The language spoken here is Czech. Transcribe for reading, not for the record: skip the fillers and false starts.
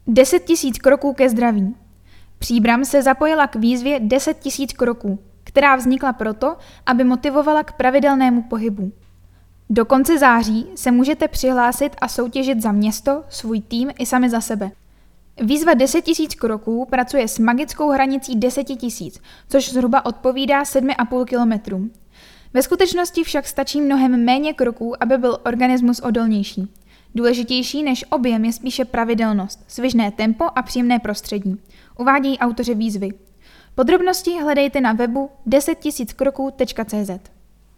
10 000 kroků ke zdraví. Příbram se zapojila k výzvě 10 000 kroků, která vznikla proto, aby motivovala k pravidelnému pohybu. Do konce září se můžete přihlásit a soutěžit za město, svůj tým i sami za sebe. Výzva 10 000 kroků pracuje s magickou hranicí 10 000, což zhruba odpovídá 7,5 kilometrů. Ve skutečnosti však stačí mnohem méně kroků, aby byl organismus odolnější. Důležitější než objem je spíše pravidelnost, svižné tempo a příjemné prostředí, uvádějí autoři výzvy. Podrobnosti hledejte na webu 10 000kroků.cz.